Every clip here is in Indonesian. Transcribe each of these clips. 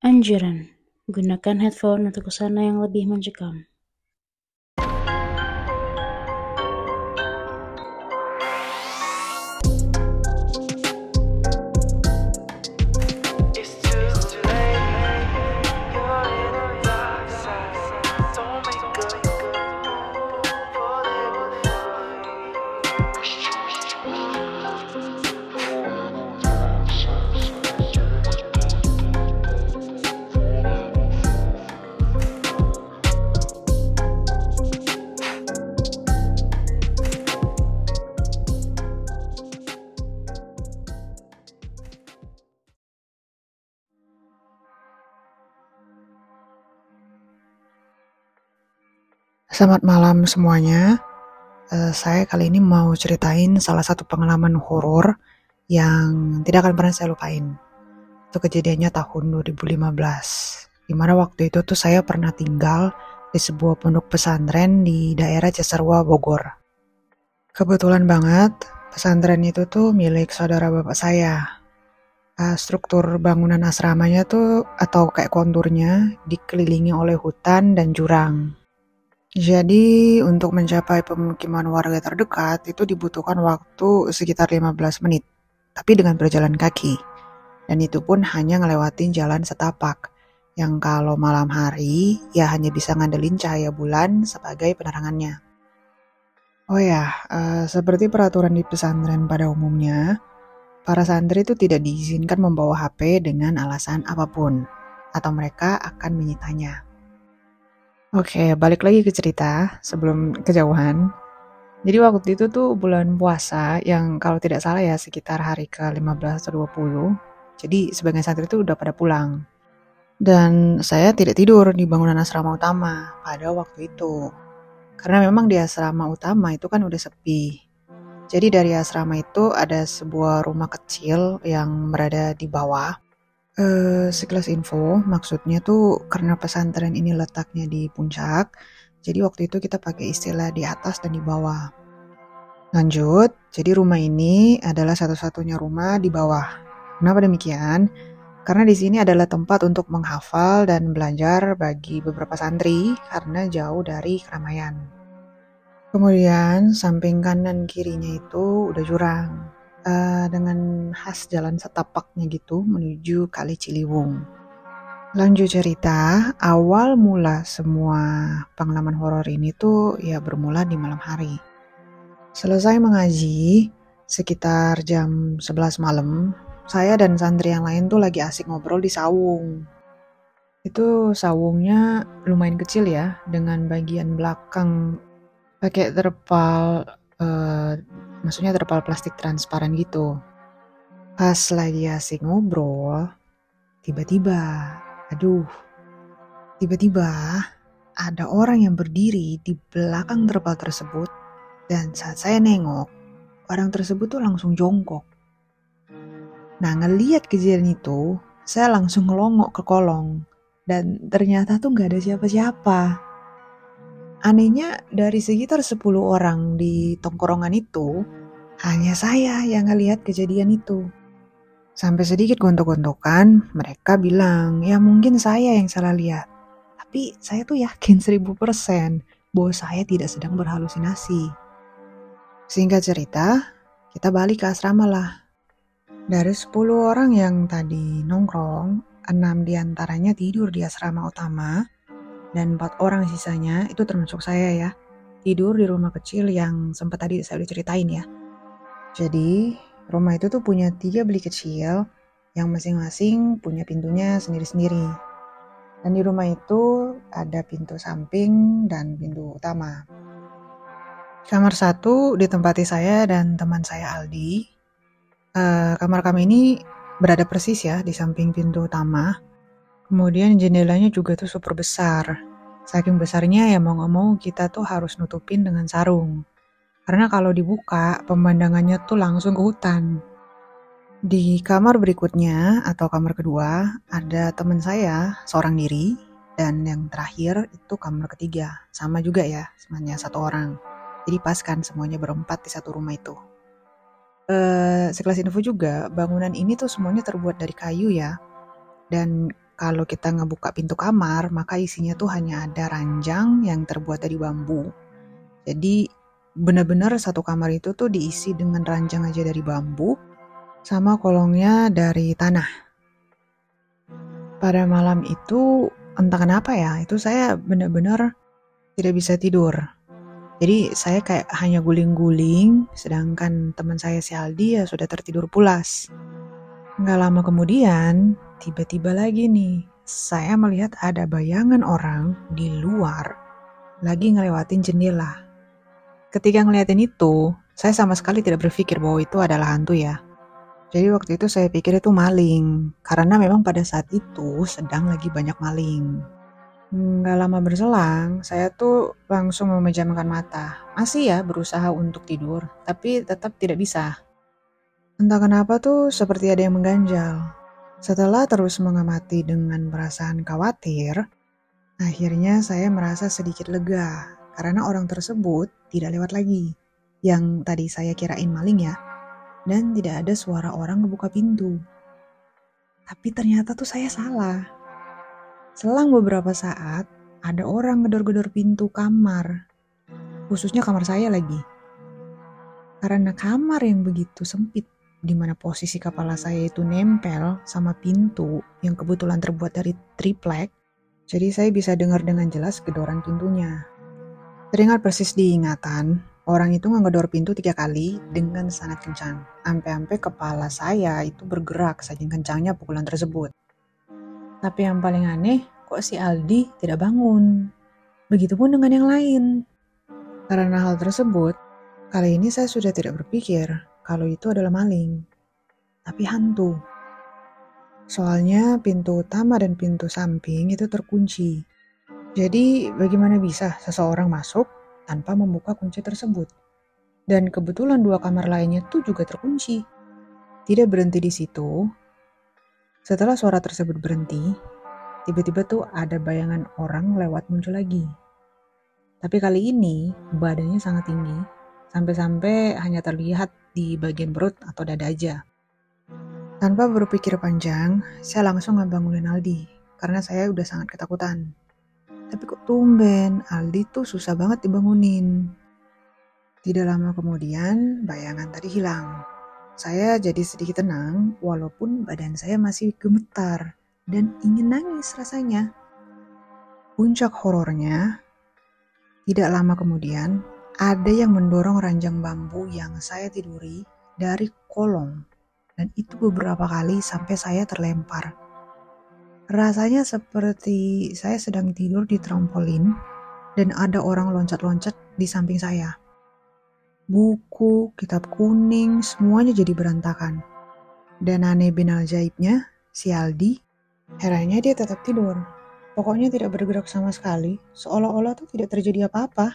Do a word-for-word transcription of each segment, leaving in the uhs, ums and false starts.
Anjuran: gunakan headphone untuk suasana yang lebih mencekam. Selamat malam semuanya. Uh, saya kali ini mau ceritain salah satu pengalaman horor yang tidak akan pernah saya lupain. Itu kejadiannya tahun dua ribu lima belas. Dimana waktu itu tuh saya pernah tinggal di sebuah pondok pesantren di daerah Cisarua, Bogor. Kebetulan banget pesantren itu tuh milik saudara bapak saya. Uh, struktur bangunan asramanya tuh atau kayak konturnya dikelilingi oleh hutan dan jurang. Jadi untuk mencapai pemukiman warga terdekat itu dibutuhkan waktu sekitar lima belas menit, tapi dengan berjalan kaki. Dan itu pun hanya ngelewatin jalan setapak, yang kalau malam hari ya hanya bisa ngandelin cahaya bulan sebagai penerangannya. Oh ya, uh, seperti peraturan di pesantren pada umumnya, para santri itu tidak diizinkan membawa H P dengan alasan apapun, atau mereka akan menyitanya. Oke, balik lagi ke cerita sebelum kejauhan. Jadi waktu itu tuh bulan puasa yang kalau tidak salah ya sekitar hari ke lima belas atau dua puluh. Jadi sebagian santri itu udah pada pulang. Dan saya tidak tidur di bangunan asrama utama pada waktu itu. Karena memang di asrama utama itu kan udah sepi. Jadi dari asrama itu ada sebuah rumah kecil yang berada di bawah. Uh, sekelas info, maksudnya tuh karena pesantren ini letaknya di puncak, jadi waktu itu kita pakai istilah di atas dan di bawah. Lanjut, jadi rumah ini adalah satu-satunya rumah di bawah. Kenapa demikian? Karena di sini adalah tempat untuk menghafal dan belajar bagi beberapa santri karena jauh dari keramaian. Kemudian samping kanan kirinya itu udah jurang. Uh, dengan khas jalan setapaknya gitu menuju Kali Ciliwung. Lanjut cerita, awal mula semua pengalaman horor ini tuh ya bermula di malam hari. Selesai mengaji, sekitar jam sebelas malam, saya dan santri yang lain tuh lagi asik ngobrol di sawung. Itu sawungnya lumayan kecil ya, dengan bagian belakang pakai terpal uh, maksudnya terpal plastik transparan gitu. Pas lagi asik ngobrol, tiba-tiba, aduh, tiba-tiba ada orang yang berdiri di belakang terpal tersebut dan saat saya nengok, orang tersebut tuh langsung jongkok. Nah, ngeliat kejadian itu, saya langsung ngelongok ke kolong dan ternyata tuh gak ada siapa-siapa. Anehnya dari sekitar sepuluh orang di tongkrongan itu, hanya saya yang ngelihat kejadian itu. Sampai sedikit gontok-gontokan, mereka bilang, ya mungkin saya yang salah lihat. Tapi saya tuh yakin seribu persen bahwa saya tidak sedang berhalusinasi. Singkat cerita, kita balik ke asrama lah. Dari sepuluh orang yang tadi nongkrong, enam diantaranya tidur di asrama utama, dan empat orang sisanya, itu termasuk saya ya, tidur di rumah kecil yang sempat tadi saya udah ceritain ya. Jadi rumah itu tuh punya tiga bilik kecil yang masing-masing punya pintunya sendiri-sendiri. Dan di rumah itu ada pintu samping dan pintu utama. Kamar satu ditempati saya dan teman saya Aldi. Uh, kamar kami ini berada persis ya di samping pintu utama. Kemudian jendelanya juga tuh super besar. Saking besarnya ya mau gak mau kita tuh harus nutupin dengan sarung. Karena kalau dibuka pemandangannya tuh langsung ke hutan. Di kamar berikutnya atau kamar kedua ada teman saya seorang diri. Dan yang terakhir itu kamar ketiga. Sama juga ya, semuanya satu orang. Jadi pas kan semuanya berempat di satu rumah itu. Uh, sekelas info juga, bangunan ini tuh semuanya terbuat dari kayu ya. Dan kalau kita ngebuka pintu kamar, maka isinya tuh hanya ada ranjang yang terbuat dari bambu. Jadi benar-benar satu kamar itu tuh diisi dengan ranjang aja dari bambu, sama kolongnya dari tanah. Pada malam itu, entah kenapa ya, itu saya benar-benar tidak bisa tidur. Jadi saya kayak hanya guling-guling, sedangkan teman saya si Aldi ya sudah tertidur pulas. Nggak lama kemudian, tiba-tiba lagi nih, saya melihat ada bayangan orang di luar lagi ngelewatin jendela. Ketika ngeliatin itu, saya sama sekali tidak berpikir bahwa itu adalah hantu ya. Jadi waktu itu saya pikir itu maling, karena memang pada saat itu sedang lagi banyak maling. Nggak lama berselang, saya tuh langsung memejamkan mata. Masih ya berusaha untuk tidur, tapi tetap tidak bisa. Entah kenapa tuh seperti ada yang mengganjal. Setelah terus mengamati dengan perasaan khawatir, akhirnya saya merasa sedikit lega karena orang tersebut tidak lewat lagi. Yang tadi saya kirain maling ya. Dan tidak ada suara orang ngebuka pintu. Tapi ternyata tuh saya salah. Selang beberapa saat, ada orang ngedor-gedor pintu kamar. Khususnya kamar saya lagi. Karena kamar yang begitu sempit, di mana posisi kepala saya itu nempel sama pintu yang kebetulan terbuat dari triplek, jadi saya bisa dengar dengan jelas gedoran pintunya. Teringat persis diingatan, orang itu ngegedor pintu tiga kali dengan sangat kencang. Sampai-sampai kepala saya itu bergerak saking kencangnya pukulan tersebut. Tapi yang paling aneh, kok si Aldi tidak bangun. Begitupun dengan yang lain. Karena hal tersebut, kali ini saya sudah tidak berpikir kalau itu adalah maling, tapi hantu. Soalnya pintu utama dan pintu samping itu terkunci. Jadi bagaimana bisa seseorang masuk tanpa membuka kunci tersebut? Dan kebetulan dua kamar lainnya tuh juga terkunci. Tidak berhenti di situ. Setelah suara tersebut berhenti, tiba-tiba tuh ada bayangan orang lewat muncul lagi. Tapi kali ini badannya sangat tinggi, sampai-sampai hanya terlihat di bagian perut atau dada aja. Tanpa berpikir panjang, saya langsung ngebangunin Aldi, karena saya udah sangat ketakutan. Tapi kok tumben, Aldi tuh susah banget dibangunin. Tidak lama kemudian, bayangan tadi hilang. Saya jadi sedikit tenang, walaupun badan saya masih gemetar dan ingin nangis rasanya. Puncak horornya, tidak lama kemudian, ada yang mendorong ranjang bambu yang saya tiduri dari kolong. Dan itu beberapa kali sampai saya terlempar. Rasanya seperti saya sedang tidur di trampolin dan ada orang loncat-loncat di samping saya. Buku, kitab kuning, semuanya jadi berantakan. Dan aneh bin ajaibnya, si Aldi, herannya dia tetap tidur. Pokoknya tidak bergerak sama sekali, seolah-olah tuh tidak terjadi apa-apa.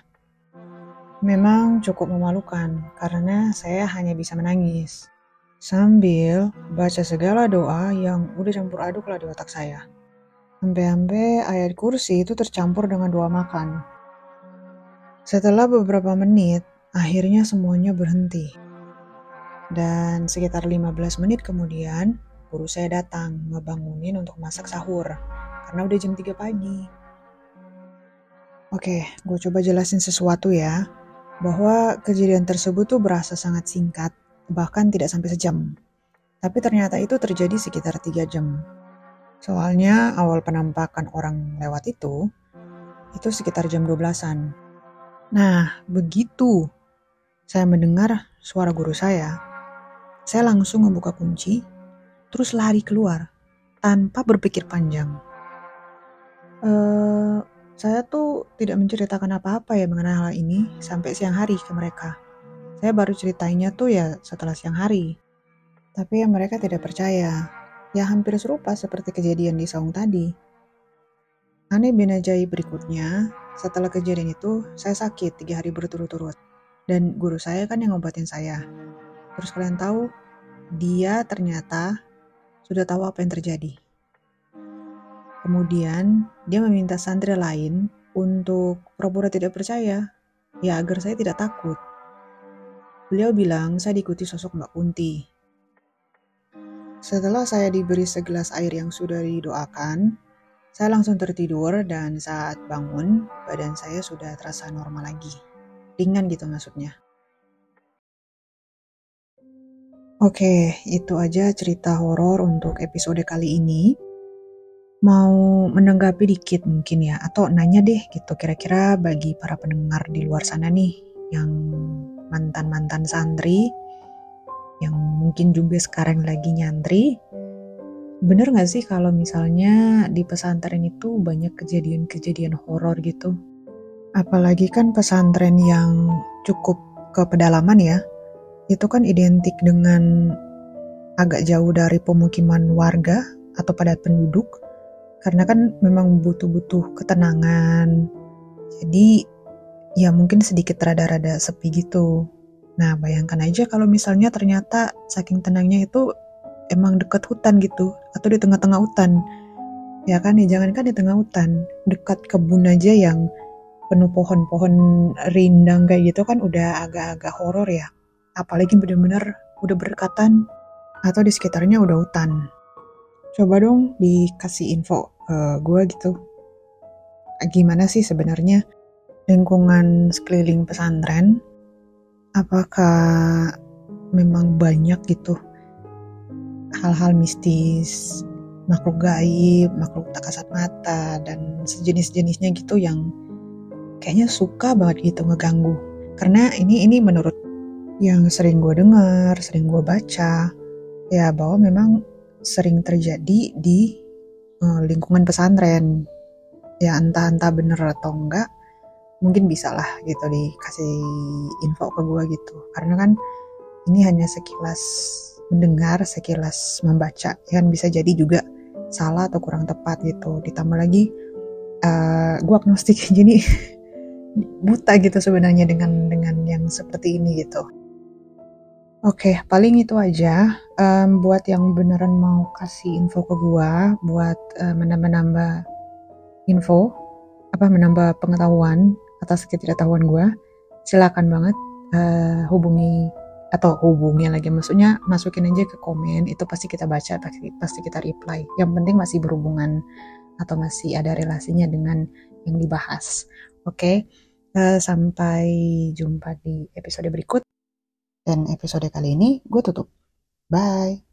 Memang cukup memalukan, karena saya hanya bisa menangis. Sambil baca segala doa yang udah campur aduk lah di otak saya. Sampai-sampai ayat kursi itu tercampur dengan doa makan. Setelah beberapa menit, akhirnya semuanya berhenti. Dan sekitar lima belas menit kemudian, guru saya datang ngebangunin untuk masak sahur. Karena udah jam tiga pagi. Oke, gue coba jelasin sesuatu ya. Bahwa kejadian tersebut tuh berasa sangat singkat, bahkan tidak sampai sejam. Tapi ternyata itu terjadi sekitar tiga jam. Soalnya awal penampakan orang lewat itu, itu sekitar jam dua belasan. Nah, begitu saya mendengar suara guru saya, saya langsung membuka kunci, terus lari keluar, tanpa berpikir panjang. Uh, saya tuh tidak menceritakan apa-apa ya mengenai hal ini sampai siang hari ke mereka. Saya baru ceritainnya tuh ya setelah siang hari. Tapi ya mereka tidak percaya. Ya hampir serupa seperti kejadian di saung tadi. Aneh bin ajaib berikutnya, setelah kejadian itu saya sakit tiga hari berturut-turut. Dan guru saya kan yang ngobatin saya. Terus kalian tahu, dia ternyata sudah tahu apa yang terjadi. Kemudian dia meminta santri lain untuk pura-pura tidak percaya, ya agar saya tidak takut. Beliau bilang saya diikuti sosok Mbak Kunti. Setelah saya diberi segelas air yang sudah didoakan, saya langsung tertidur dan saat bangun, badan saya sudah terasa normal lagi. Ringan gitu maksudnya. Oke, itu aja cerita horor untuk episode kali ini. Mau menanggapi dikit mungkin ya, atau nanya deh gitu, kira-kira bagi para pendengar di luar sana nih, yang mantan-mantan santri, yang mungkin juga sekarang lagi nyantri, bener gak sih kalau misalnya di pesantren itu banyak kejadian-kejadian horor gitu? Apalagi kan pesantren yang cukup ke pedalaman ya, itu kan identik dengan agak jauh dari pemukiman warga atau padat penduduk, karena kan memang butuh-butuh ketenangan. Jadi ya mungkin sedikit rada-rada sepi gitu. Nah bayangkan aja kalau misalnya ternyata saking tenangnya itu emang deket hutan gitu, atau di tengah-tengah hutan. Ya kan, ya jangankan di tengah hutan, dekat kebun aja yang penuh pohon-pohon rindang kayak gitu kan udah agak-agak horor ya. Apalagi bener-bener udah berdekatan atau di sekitarnya udah hutan. Coba dong dikasih info ke gue gitu. Gimana sih sebenarnya lingkungan sekeliling pesantren? Apakah memang banyak gitu hal-hal mistis, makhluk gaib, makhluk tak kasat mata, dan sejenis-jenisnya gitu yang kayaknya suka banget gitu ngeganggu. Karena ini ini menurut yang sering gue dengar, sering gue baca, ya bahwa memang sering terjadi di uh, lingkungan pesantren. Ya entah-entah bener atau enggak, mungkin bisa lah gitu dikasih info ke gue gitu. Karena kan ini hanya sekilas mendengar, sekilas membaca, kan bisa jadi juga salah atau kurang tepat gitu. Ditambah lagi uh, gue agnostik, jadi buta gitu sebenarnya dengan dengan yang seperti ini gitu. Oke, paling itu aja. Um, buat yang beneran mau kasih info ke gua, buat uh, menambah-nambah info, apa menambah pengetahuan atas ketidaktahuan gua, silakan banget uh, hubungi atau hubungi lagi, maksudnya masukin aja ke komen, itu pasti kita baca, pasti pasti kita reply. Yang penting masih berhubungan atau masih ada relasinya dengan yang dibahas. Oke, uh, sampai jumpa di episode berikut. Dan episode kali ini gue tutup. Bye.